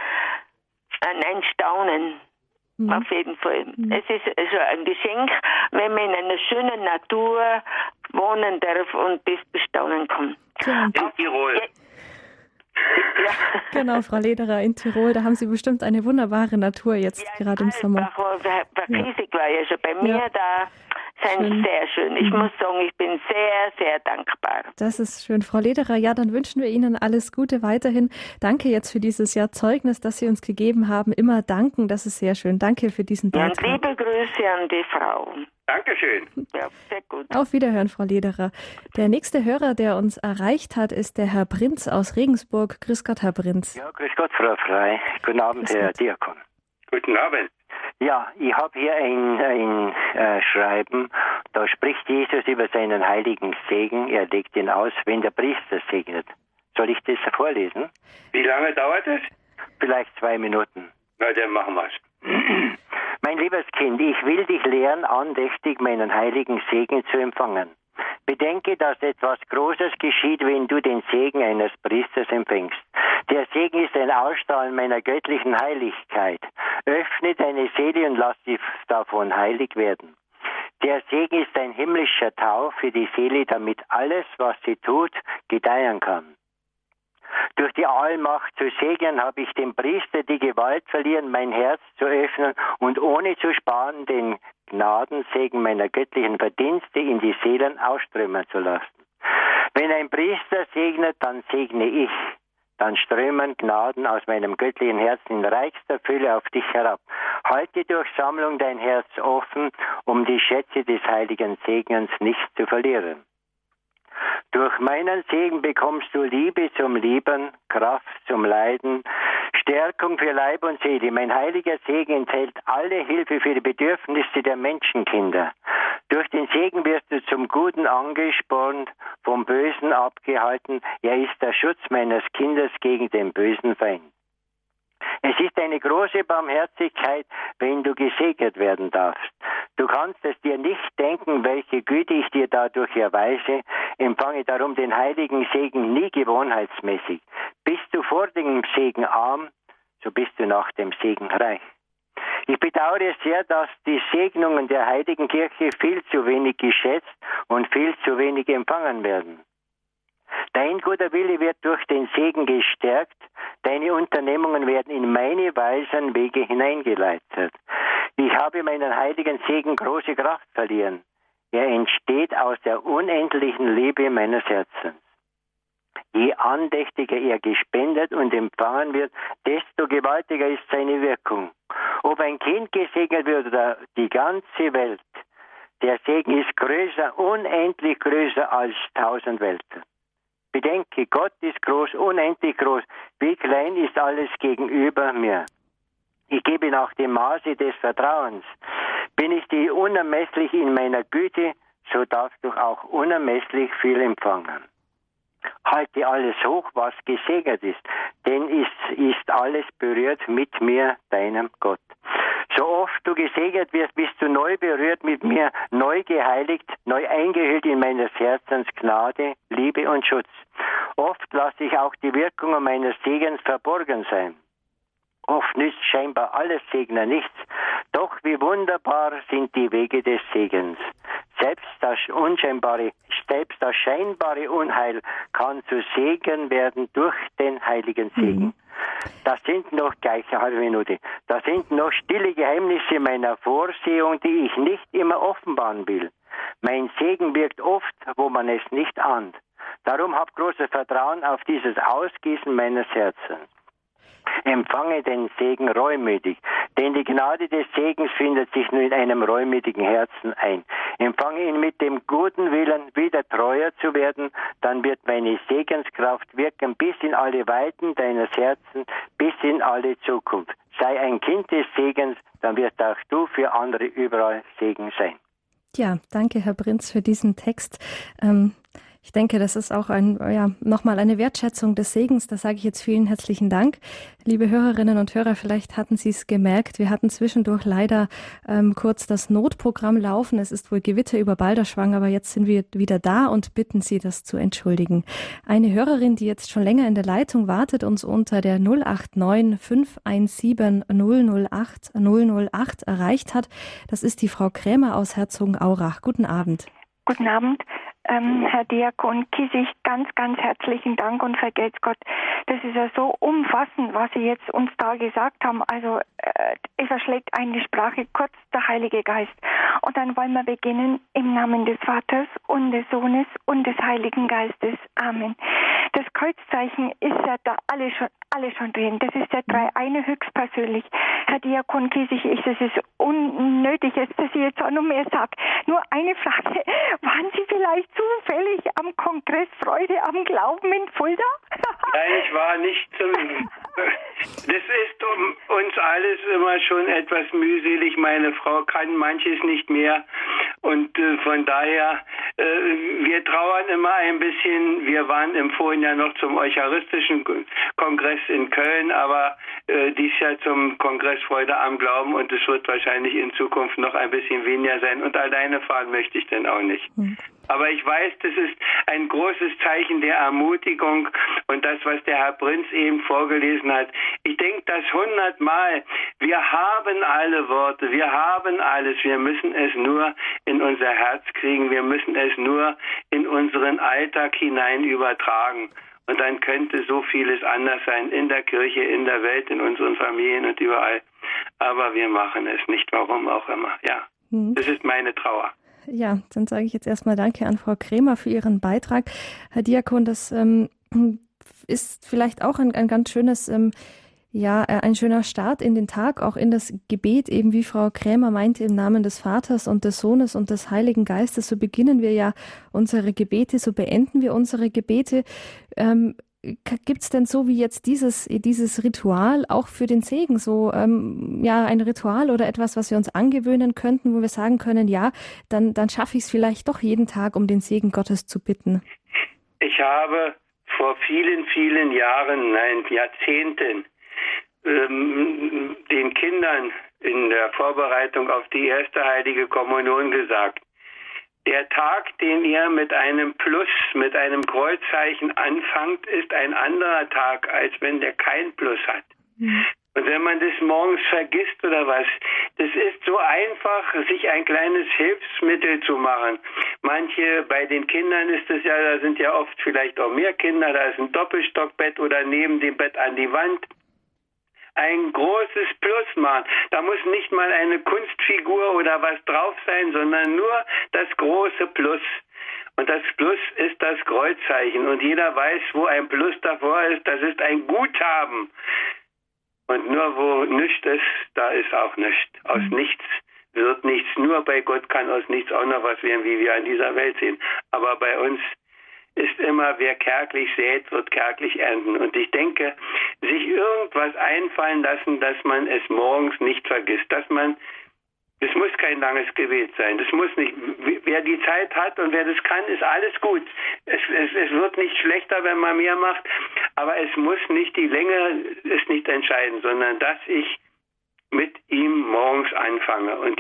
ein Staunen. Auf jeden Fall. Es ist also ein Geschenk, wenn man in einer schönen Natur wohnen darf und bis bestaunen kann. Ja. In Tirol. Ja. Genau, Frau Lederer, in Tirol, da haben Sie bestimmt eine wunderbare Natur jetzt, gerade im Sommer. Bei Kiesig war ja schon bei mir da. Sind sehr schön. Ich muss sagen, ich bin sehr, sehr dankbar. Das ist schön, Frau Lederer. Ja, dann wünschen wir Ihnen alles Gute weiterhin. Danke jetzt für dieses Zeugnis, das Sie uns gegeben haben. Immer danken, das ist sehr schön. Danke für diesen Beitrag. Und liebe Grüße an die Frau. Dankeschön. Ja, sehr gut. Auf Wiederhören, Frau Lederer. Der nächste Hörer, der uns erreicht hat, ist der Herr Prinz aus Regensburg. Grüß Gott, Herr Prinz. Ja, grüß Gott, Frau Frei. Guten Abend, Herr Diakon. Guten Abend. Ja, ich habe hier ein Schreiben, da spricht Jesus über seinen heiligen Segen. Er legt ihn aus, wenn der Priester segnet. Soll ich das vorlesen? Wie lange dauert es? Vielleicht 2 Minuten. Na, dann machen wir es. Mein liebes Kind, ich will dich lehren, andächtig meinen heiligen Segen zu empfangen. Bedenke, dass etwas Großes geschieht, wenn du den Segen eines Priesters empfängst. Der Segen ist ein Ausstrahlen meiner göttlichen Heiligkeit. Öffne deine Seele und lass sie davon heilig werden. Der Segen ist ein himmlischer Tau für die Seele, damit alles, was sie tut, gedeihen kann. Durch die Allmacht zu segnen habe ich dem Priester die Gewalt verliehen, mein Herz zu öffnen und ohne zu sparen den Gnadensegen meiner göttlichen Verdienste in die Seelen ausströmen zu lassen. Wenn ein Priester segnet, dann segne ich. Dann strömen Gnaden aus meinem göttlichen Herzen in reichster Fülle auf dich herab. Halte durch Sammlung dein Herz offen, um die Schätze des heiligen Segens nicht zu verlieren. Durch meinen Segen bekommst du Liebe zum Lieben, Kraft zum Leiden, Stärkung für Leib und Seele. Mein heiliger Segen enthält alle Hilfe für die Bedürfnisse der Menschenkinder. Durch den Segen wirst du zum Guten angespornt, vom Bösen abgehalten. Er ist der Schutz meines Kindes gegen den bösen Feind. Es ist eine große Barmherzigkeit, wenn du gesegnet werden darfst. Du kannst es dir nicht denken, welche Güte ich dir dadurch erweise. Empfange darum den heiligen Segen nie gewohnheitsmäßig. Bist du vor dem Segen arm, so bist du nach dem Segen reich. Ich bedauere sehr, dass die Segnungen der Heiligen Kirche viel zu wenig geschätzt und viel zu wenig empfangen werden. Dein guter Wille wird durch den Segen gestärkt, Deine Unternehmungen werden in meine weisen Wege hineingeleitet. Ich habe meinen heiligen Segen große Kraft verlieren. Er entsteht aus der unendlichen Liebe meines Herzens. Je andächtiger er gespendet und empfangen wird, desto gewaltiger ist seine Wirkung. Ob ein Kind gesegnet wird oder die ganze Welt, der Segen ist größer, unendlich größer als 1000 Welten. Bedenke, Gott ist groß, unendlich groß. Wie klein ist alles gegenüber mir? Ich gebe nach dem Maße des Vertrauens. Bin ich dir unermesslich in meiner Güte, so darfst du auch unermesslich viel empfangen. Halte alles hoch, was gesegnet ist, denn ist alles berührt mit mir, deinem Gott. So oft du gesegnet wirst, bist du neu berührt mit mir, neu geheiligt, neu eingehüllt in meines Herzens Gnade, Liebe und Schutz. Oft lasse ich auch die Wirkungen meines Segens verborgen sein. Oft nützt scheinbar alles Segner nichts, doch wie wunderbar sind die Wege des Segens. Selbst das scheinbare Unheil kann zu Segen werden durch den heiligen Segen. Das sind noch, gleich eine halbe Minute, das sind noch stille Geheimnisse meiner Vorsehung, die ich nicht immer offenbaren will. Mein Segen wirkt oft, wo man es nicht ahnt. Darum hab großes Vertrauen auf dieses Ausgießen meines Herzens. Empfange den Segen reumütig, denn die Gnade des Segens findet sich nur in einem reumütigen Herzen ein. Empfange ihn mit dem guten Willen, wieder treuer zu werden, dann wird meine Segenskraft wirken bis in alle Weiten deines Herzens, bis in alle Zukunft. Sei ein Kind des Segens, dann wirst auch du für andere überall Segen sein. Ja, danke, Herr Prinz, für diesen Text. Ich denke, das ist auch nochmal eine Wertschätzung des Segens. Da sage ich jetzt vielen herzlichen Dank. Liebe Hörerinnen und Hörer, vielleicht hatten Sie es gemerkt, wir hatten zwischendurch leider kurz das Notprogramm laufen. Es ist wohl Gewitter über Balderschwang, aber jetzt sind wir wieder da und bitten Sie, das zu entschuldigen. Eine Hörerin, die jetzt schon länger in der Leitung wartet, uns unter der 089 517 008 008 erreicht hat, das ist die Frau Krämer aus Herzogenaurach. Guten Abend. Guten Abend. Herr Diakon Kiesig, ganz, ganz herzlichen Dank und vergelt's Gott. Das ist ja so umfassend, was Sie jetzt uns da gesagt haben. Also es erschlägt eine Sprache kurz der Heilige Geist. Und dann wollen wir beginnen im Namen des Vaters und des Sohnes und des Heiligen Geistes. Amen. Das Kreuzzeichen ist ja da alle schon drin. Das ist der Dreieine höchstpersönlich. Herr Diakon Kiesig, es ist unnötig, dass ich jetzt auch noch mehr sage. Nur eine Frage. Waren Sie vielleicht zufällig am Kongress Freude am Glauben in Fulda? Nein, ich war nicht das ist um uns alles immer schon etwas mühselig. Meine Frau kann manches nicht mehr und von daher, wir trauern immer ein bisschen. Wir waren im vorigen Jahr noch zum Eucharistischen Kongress in Köln, aber dies Jahr zum Kongress Freude am Glauben und es wird wahrscheinlich in Zukunft noch ein bisschen weniger sein und alleine fahren möchte ich dann auch nicht. Aber ich weiß, das ist ein großes Zeichen der Ermutigung und das, was der Herr Prinz eben vorgelesen hat. Ich denke das 100-mal. Wir haben alle Worte, wir haben alles. Wir müssen es nur in unser Herz kriegen. Wir müssen es nur in unseren Alltag hinein übertragen. Und dann könnte so vieles anders sein in der Kirche, in der Welt, in unseren Familien und überall. Aber wir machen es nicht, warum auch immer. Ja, das ist meine Trauer. Ja, dann sage ich jetzt erstmal Danke an Frau Krämer für Ihren Beitrag. Herr Diakon, das ist vielleicht auch ein ganz schönes, ein schöner Start in den Tag, auch in das Gebet, eben wie Frau Krämer meinte, im Namen des Vaters und des Sohnes und des Heiligen Geistes. So beginnen wir ja unsere Gebete, so beenden wir unsere Gebete. Gibt es denn so wie jetzt dieses Ritual auch für den Segen, so ein Ritual oder etwas, was wir uns angewöhnen könnten, wo wir sagen können, ja, dann schaffe ich es vielleicht doch jeden Tag, um den Segen Gottes zu bitten? Ich habe vor vielen, vielen Jahren, Jahrzehnten, den Kindern in der Vorbereitung auf die erste Heilige Kommunion gesagt, der Tag, den ihr mit einem Plus, mit einem Kreuzzeichen anfangt, ist ein anderer Tag, als wenn der kein Plus hat. Und wenn man das morgens vergisst oder was, das ist so einfach, sich ein kleines Hilfsmittel zu machen. Manche, bei den Kindern ist es ja, da sind ja oft vielleicht auch mehr Kinder, da ist ein Doppelstockbett oder neben dem Bett an die Wand. Ein großes Plus machen. Da muss nicht mal eine Kunstfigur oder was drauf sein, sondern nur das große Plus. Und das Plus ist das Kreuzzeichen. Und jeder weiß, wo ein Plus davor ist, das ist ein Guthaben. Und nur wo nichts ist, da ist auch nichts. Aus nichts wird nichts. Nur bei Gott kann aus nichts auch noch was werden, wie wir an dieser Welt sehen. Aber bei uns ist immer, wer kärglich sät, wird kärglich ernten. Und ich denke, sich irgendwas einfallen lassen, dass man es morgens nicht vergisst. Es muss kein langes Gebet sein. Das muss nicht. Wer die Zeit hat und wer das kann, ist alles gut. Es wird nicht schlechter, wenn man mehr macht. Aber es muss nicht, die Länge ist nicht entscheidend, sondern dass ich mit ihm morgens anfange. Und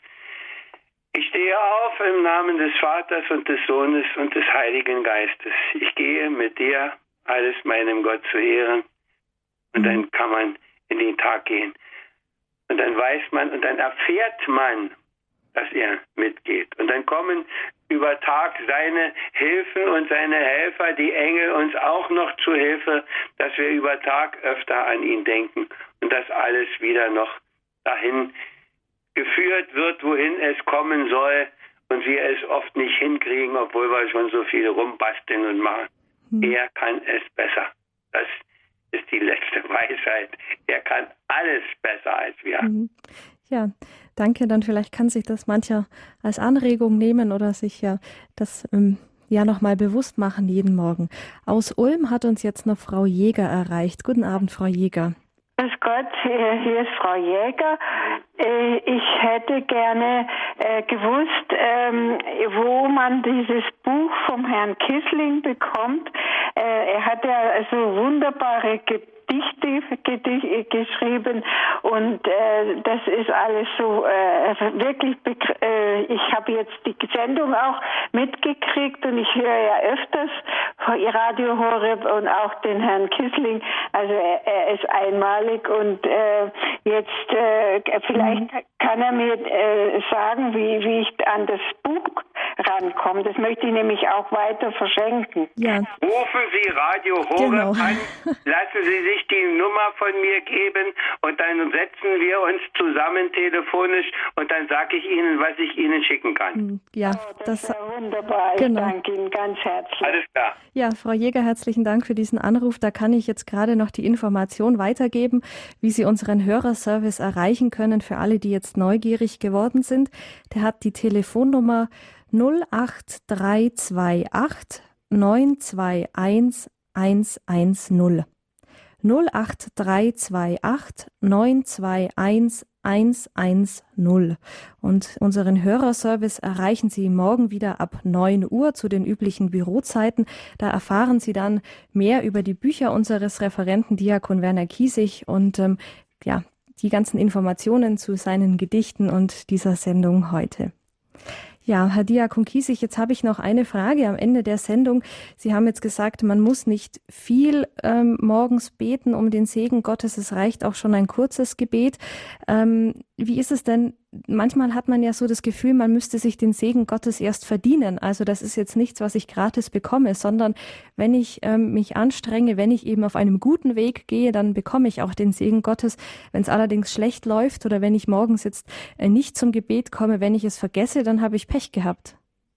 ich stehe auf im Namen des Vaters und des Sohnes und des Heiligen Geistes. Ich gehe mit dir, alles meinem Gott zu ehren. Und dann kann man in den Tag gehen. Und dann weiß man und dann erfährt man, dass er mitgeht. Und dann kommen über Tag seine Hilfen und seine Helfer, die Engel, uns auch noch zu Hilfe, dass wir über Tag öfter an ihn denken und dass alles wieder noch dahin geführt wird, wohin es kommen soll und wir es oft nicht hinkriegen, obwohl wir schon so viel rumbasteln und machen. Er kann es besser. Das ist die letzte Weisheit. Er kann alles besser als wir. Ja, danke. Dann vielleicht kann sich das mancher als Anregung nehmen oder sich ja das nochmal bewusst machen jeden Morgen. Aus Ulm hat uns jetzt noch Frau Jäger erreicht. Guten Abend, Frau Jäger. Grüß Gott, hier ist Frau Jäger. Ich hätte gerne gewusst, wo man dieses Buch vom Herrn Kissling bekommt. Er hat ja so wunderbare Gedichte geschrieben und das ist alles so wirklich, ich habe jetzt die Sendung auch mitgekriegt und ich höre ja öfters Radio Horeb und auch den Herrn Kissling, also er ist einmalig und jetzt vielleicht kann er mir sagen, wie ich an das Buch rankomme. Das möchte ich nämlich auch weiter verschenken. Ja. Rufen Sie Radio Horeb an, lassen Sie sich die Nummer von mir geben und dann setzen wir uns zusammen telefonisch und dann sage ich Ihnen, was ich Ihnen schicken kann. Ja, das ist wunderbar. Ich danke Ihnen ganz herzlich. Alles klar. Ja, Frau Jäger, herzlichen Dank für diesen Anruf. Da kann ich jetzt gerade noch die Information weitergeben, wie Sie unseren Hörerservice erreichen können für alle, die jetzt neugierig geworden sind. Der hat die Telefonnummer 08328 921 110. 08328 921 110. Und unseren Hörerservice erreichen Sie morgen wieder ab 9 Uhr zu den üblichen Bürozeiten. Da erfahren Sie dann mehr über die Bücher unseres Referenten Diakon Werner Kiesig und die ganzen Informationen zu seinen Gedichten und dieser Sendung heute. Ja, Herr Diakon Kiesig, jetzt habe ich noch eine Frage am Ende der Sendung. Sie haben jetzt gesagt, man muss nicht viel morgens beten um den Segen Gottes. Es reicht auch schon ein kurzes Gebet. Wie ist es denn? Manchmal hat man ja so das Gefühl, man müsste sich den Segen Gottes erst verdienen. Also das ist jetzt nichts, was ich gratis bekomme, sondern wenn ich mich anstrenge, wenn ich eben auf einem guten Weg gehe, dann bekomme ich auch den Segen Gottes. Wenn es allerdings schlecht läuft oder wenn ich morgens jetzt nicht zum Gebet komme, wenn ich es vergesse, dann habe ich Pech gehabt.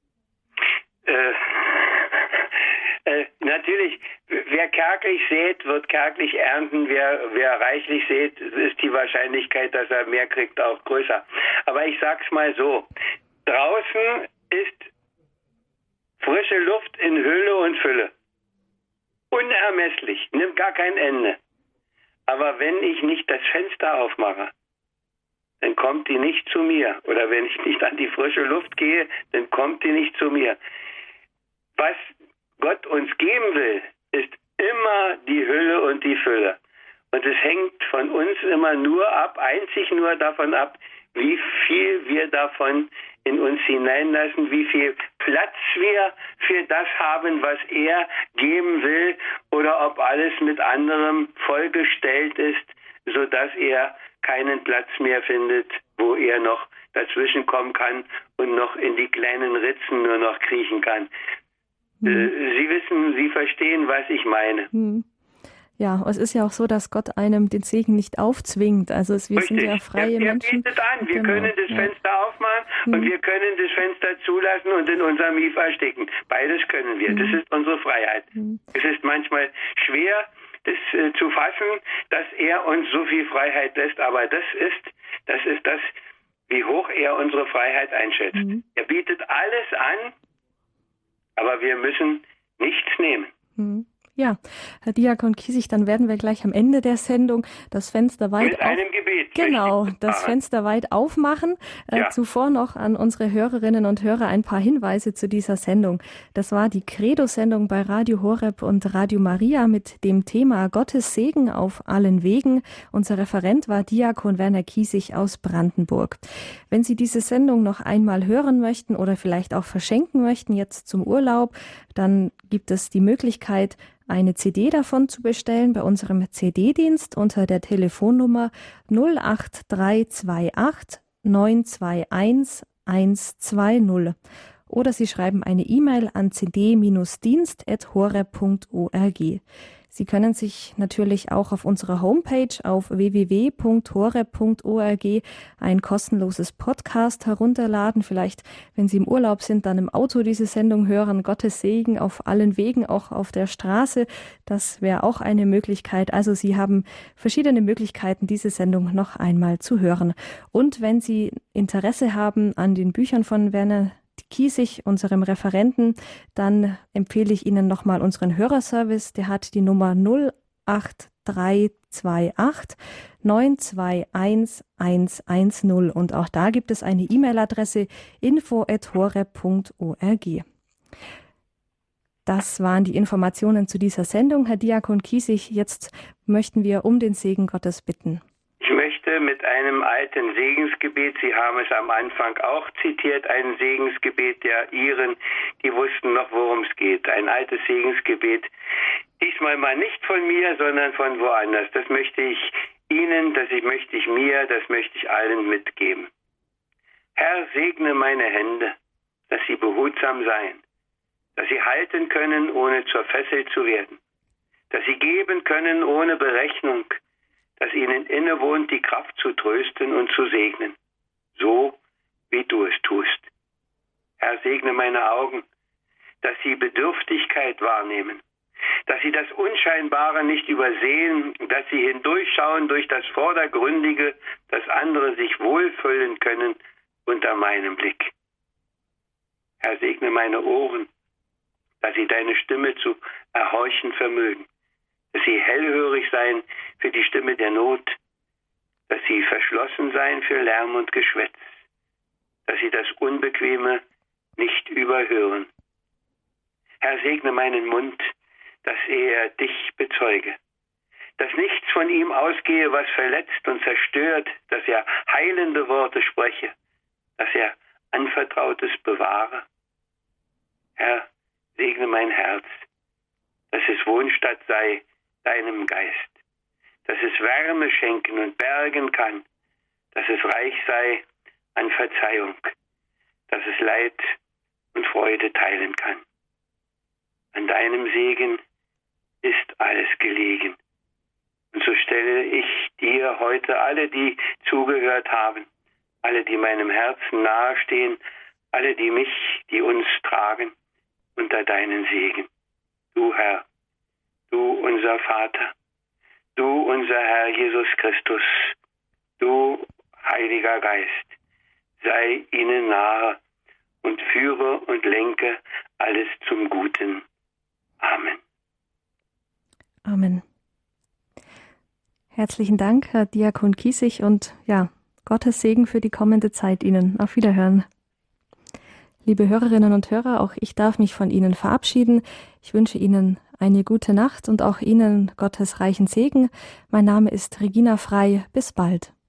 Natürlich, wer kärglich sät, wird kärglich ernten. Wer reichlich sät, ist die Wahrscheinlichkeit, dass er mehr kriegt, auch größer. Aber ich sag's mal so, draußen ist frische Luft in Hülle und Fülle. Unermesslich, nimmt gar kein Ende. Aber wenn ich nicht das Fenster aufmache, dann kommt die nicht zu mir. Oder wenn ich nicht an die frische Luft gehe, dann kommt die nicht zu mir. Was Gott uns geben will, ist immer die Hülle und die Fülle. Und es hängt von uns immer nur ab, einzig nur davon ab, wie viel wir davon in uns hineinlassen, wie viel Platz wir für das haben, was er geben will, oder ob alles mit anderem vollgestellt ist, sodass er keinen Platz mehr findet, wo er noch dazwischen kommen kann und noch in die kleinen Ritzen nur noch kriechen kann. Sie wissen, Sie verstehen, was ich meine. Ja, es ist ja auch so, dass Gott einem den Segen nicht aufzwingt. Also wir sind ja freie Menschen. Er bietet an, wir können das Fenster aufmachen und wir können das Fenster zulassen und in unserem Mief ersticken. Beides können wir. Das ist unsere Freiheit. Es ist manchmal schwer, das zu fassen, dass er uns so viel Freiheit lässt, aber das ist das, wie hoch er unsere Freiheit einschätzt. Er bietet alles an, aber wir müssen nichts nehmen. Ja, Herr Diakon Kiesig, dann werden wir gleich am Ende der Sendung das Fenster weit mit einem Gebet. Genau, das Fenster weit aufmachen. Zuvor noch an unsere Hörerinnen und Hörer ein paar Hinweise zu dieser Sendung. Das war die Credo-Sendung bei Radio Horeb und Radio Maria mit dem Thema Gottes Segen auf allen Wegen. Unser Referent war Diakon Werner Kiesig aus Brandenburg. Wenn Sie diese Sendung noch einmal hören möchten oder vielleicht auch verschenken möchten, jetzt zum Urlaub, dann gibt es die Möglichkeit, eine CD davon zu bestellen bei unserem CD-Dienst unter der Telefonnummer 08328 921 120. Oder Sie schreiben eine E-Mail an cd-dienst@horeb.org. Sie können sich natürlich auch auf unserer Homepage auf www.horeb.org ein kostenloses Podcast herunterladen. Vielleicht, wenn Sie im Urlaub sind, dann im Auto diese Sendung hören. Gottes Segen auf allen Wegen, auch auf der Straße. Das wäre auch eine Möglichkeit. Also Sie haben verschiedene Möglichkeiten, diese Sendung noch einmal zu hören. Und wenn Sie Interesse haben an den Büchern von Werner Kiesig, unserem Referenten, dann empfehle ich Ihnen nochmal unseren Hörerservice. Der hat die Nummer 08328 921 110 und auch da gibt es eine E-Mail-Adresse info@horeb.org. Das waren die Informationen zu dieser Sendung. Herr Diakon Kiesig, jetzt möchten wir um den Segen Gottes bitten. Ich möchte mit einem alten Segensgebet, Sie haben es am Anfang auch zitiert, ein Segensgebet der Iren, die wussten noch, worum es geht. Ein altes Segensgebet, diesmal mal nicht von mir, sondern von woanders. Das möchte ich Ihnen, das möchte ich mir, das möchte ich allen mitgeben. Herr, segne meine Hände, dass sie behutsam seien, dass sie halten können, ohne zur Fessel zu werden, dass sie geben können, ohne Berechnung, dass ihnen innewohnt, die Kraft zu trösten und zu segnen, so wie du es tust. Herr, segne meine Augen, dass sie Bedürftigkeit wahrnehmen, dass sie das Unscheinbare nicht übersehen, dass sie hindurchschauen durch das Vordergründige, dass andere sich wohlfühlen können unter meinem Blick. Herr, segne meine Ohren, dass sie deine Stimme zu erhorchen vermögen, dass sie hellhörig seien für die Stimme der Not, dass sie verschlossen seien für Lärm und Geschwätz, dass sie das Unbequeme nicht überhören. Herr, segne meinen Mund, dass er dich bezeuge, dass nichts von ihm ausgehe, was verletzt und zerstört, dass er heilende Worte spreche, dass er Anvertrautes bewahre. Herr, segne mein Herz, dass es Wohnstatt sei deinem Geist, dass es Wärme schenken und bergen kann, dass es reich sei an Verzeihung, dass es Leid und Freude teilen kann. An deinem Segen ist alles gelegen. Und so stelle ich dir heute alle, die zugehört haben, alle, die meinem Herzen nahestehen, alle, die uns tragen, unter deinen Segen. Du Herr, du unser Vater, du unser Herr Jesus Christus, du Heiliger Geist, sei ihnen nahe und führe und lenke alles zum Guten. Amen. Amen. Herzlichen Dank, Herr Diakon Kiesig, und ja, Gottes Segen für die kommende Zeit Ihnen. Auf Wiederhören. Liebe Hörerinnen und Hörer, auch ich darf mich von Ihnen verabschieden. Ich wünsche Ihnen eine gute Nacht und auch Ihnen Gottes reichen Segen. Mein Name ist Regina Frei. Bis bald.